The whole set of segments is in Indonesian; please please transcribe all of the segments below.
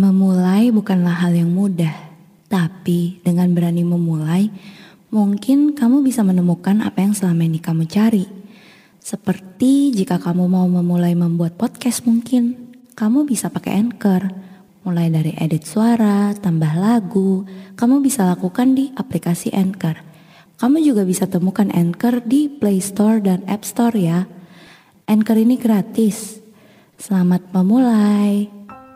Memulai bukanlah hal yang mudah, tapi dengan berani memulai, mungkin kamu bisa menemukan apa yang selama ini kamu cari. Seperti jika kamu mau memulai membuat podcast mungkin, kamu bisa pakai Anchor. Mulai dari edit suara, tambah lagu, kamu bisa lakukan di aplikasi Anchor. Kamu juga bisa temukan Anchor di Play Store dan App Store ya. Anchor ini gratis. Selamat memulai.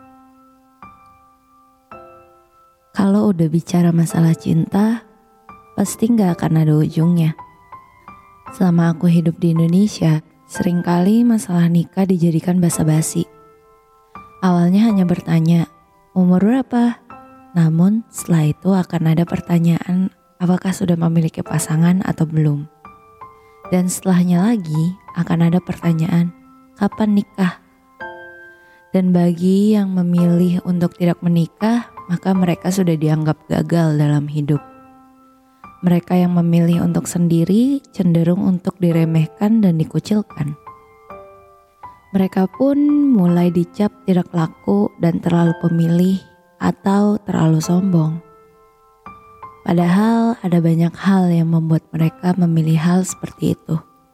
Kalau udah bicara masalah cinta, pasti gak akan ada ujungnya. Selama aku hidup di Indonesia, seringkali masalah nikah dijadikan basa-basi. Awalnya hanya bertanya, umur berapa? Namun setelah itu akan ada pertanyaan, apakah sudah memiliki pasangan atau belum? Dan setelahnya lagi akan ada pertanyaan, kapan nikah? Dan bagi yang memilih untuk tidak menikah, maka mereka sudah dianggap gagal dalam hidup. Mereka yang memilih untuk sendiri cenderung untuk diremehkan dan dikucilkan. Mereka pun mulai dicap tidak laku dan terlalu pemilih atau terlalu sombong. Padahal ada banyak hal yang membuat mereka memilih hal seperti itu.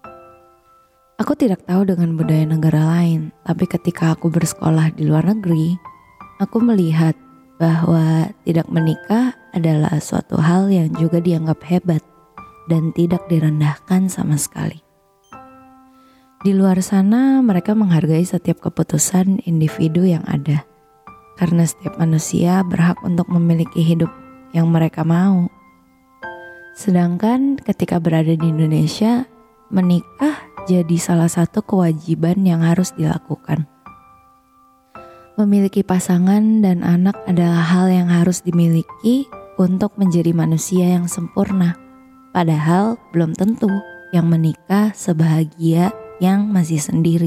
Aku tidak tahu dengan budaya negara lain, tapi ketika aku bersekolah di luar negeri, aku melihat bahwa tidak menikah adalah suatu hal yang juga dianggap hebat dan tidak direndahkan sama sekali. Di luar sana mereka menghargai setiap keputusan individu yang ada, karena setiap manusia berhak untuk memiliki hidup yang mereka mau. Sedangkan ketika berada di Indonesia, menikah jadi salah satu kewajiban yang harus dilakukan. Memiliki pasangan dan anak adalah hal yang harus dimiliki untuk menjadi manusia yang sempurna. Padahal belum tentu yang menikah sebahagia yang masih sendiri.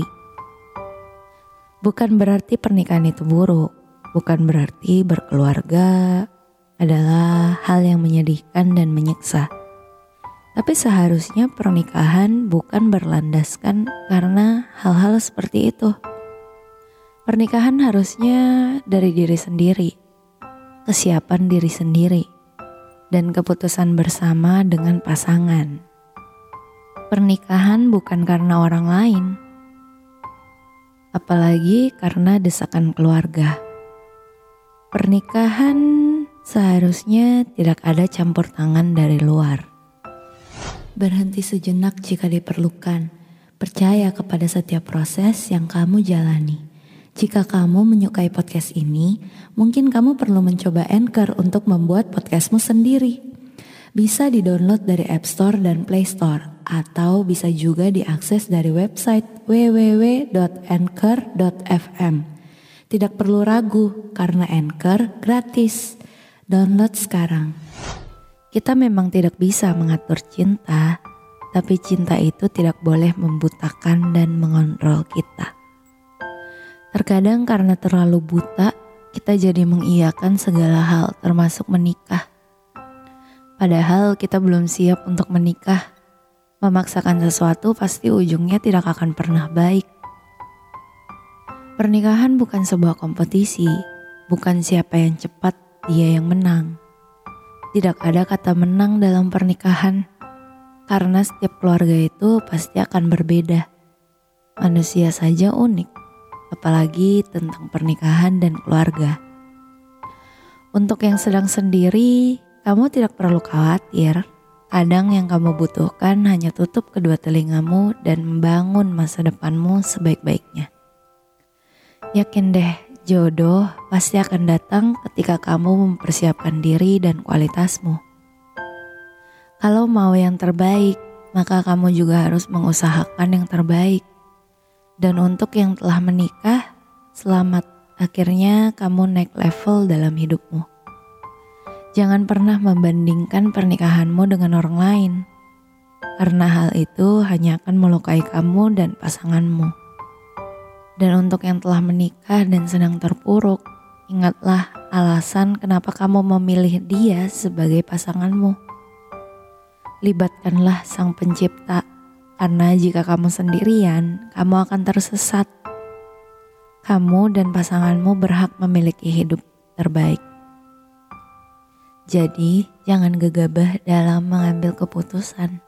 Bukan berarti pernikahan itu buruk, bukan berarti berkeluarga adalah hal yang menyedihkan dan menyiksa. Tapi seharusnya pernikahan bukan berlandaskan karena hal-hal seperti itu. Pernikahan harusnya dari diri sendiri, kesiapan diri sendiri, dan keputusan bersama dengan pasangan. Pernikahan bukan karena orang lain, apalagi karena desakan keluarga. Pernikahan seharusnya tidak ada campur tangan dari luar. Berhenti sejenak jika diperlukan. Percaya kepada setiap proses yang kamu jalani. Jika kamu menyukai podcast ini, mungkin kamu perlu mencoba Anchor untuk membuat podcastmu sendiri. Bisa di-download dari App Store dan Play Store, atau bisa juga diakses dari website www.anchor.fm. Tidak perlu ragu, karena Anchor gratis. Download sekarang. Kita memang tidak bisa mengatur cinta, tapi cinta itu tidak boleh membutakan dan mengontrol kita. Terkadang karena terlalu buta, kita jadi mengiyakan segala hal termasuk menikah. Padahal kita belum siap untuk menikah. Memaksakan sesuatu pasti ujungnya tidak akan pernah baik. Pernikahan bukan sebuah kompetisi, bukan siapa yang cepat dia yang menang. Tidak ada kata menang dalam pernikahan, karena setiap keluarga itu pasti akan berbeda. Manusia saja unik, apalagi tentang pernikahan dan keluarga. Untuk yang sedang sendiri, kamu tidak perlu khawatir. Kadang yang kamu butuhkan hanya tutup kedua telingamu dan membangun masa depanmu sebaik-baiknya. Yakin deh, jodoh pasti akan datang ketika kamu mempersiapkan diri dan kualitasmu. Kalau mau yang terbaik, maka kamu juga harus mengusahakan yang terbaik. Dan untuk yang telah menikah, selamat, akhirnya kamu naik level dalam hidupmu. Jangan pernah membandingkan pernikahanmu dengan orang lain, karena hal itu hanya akan melukai kamu dan pasanganmu. Dan untuk yang telah menikah dan sedang terpuruk, ingatlah alasan kenapa kamu memilih dia sebagai pasanganmu. Libatkanlah Sang Pencipta, karena jika kamu sendirian, kamu akan tersesat. Kamu dan pasanganmu berhak memiliki hidup terbaik. Jadi, jangan gegabah dalam mengambil keputusan.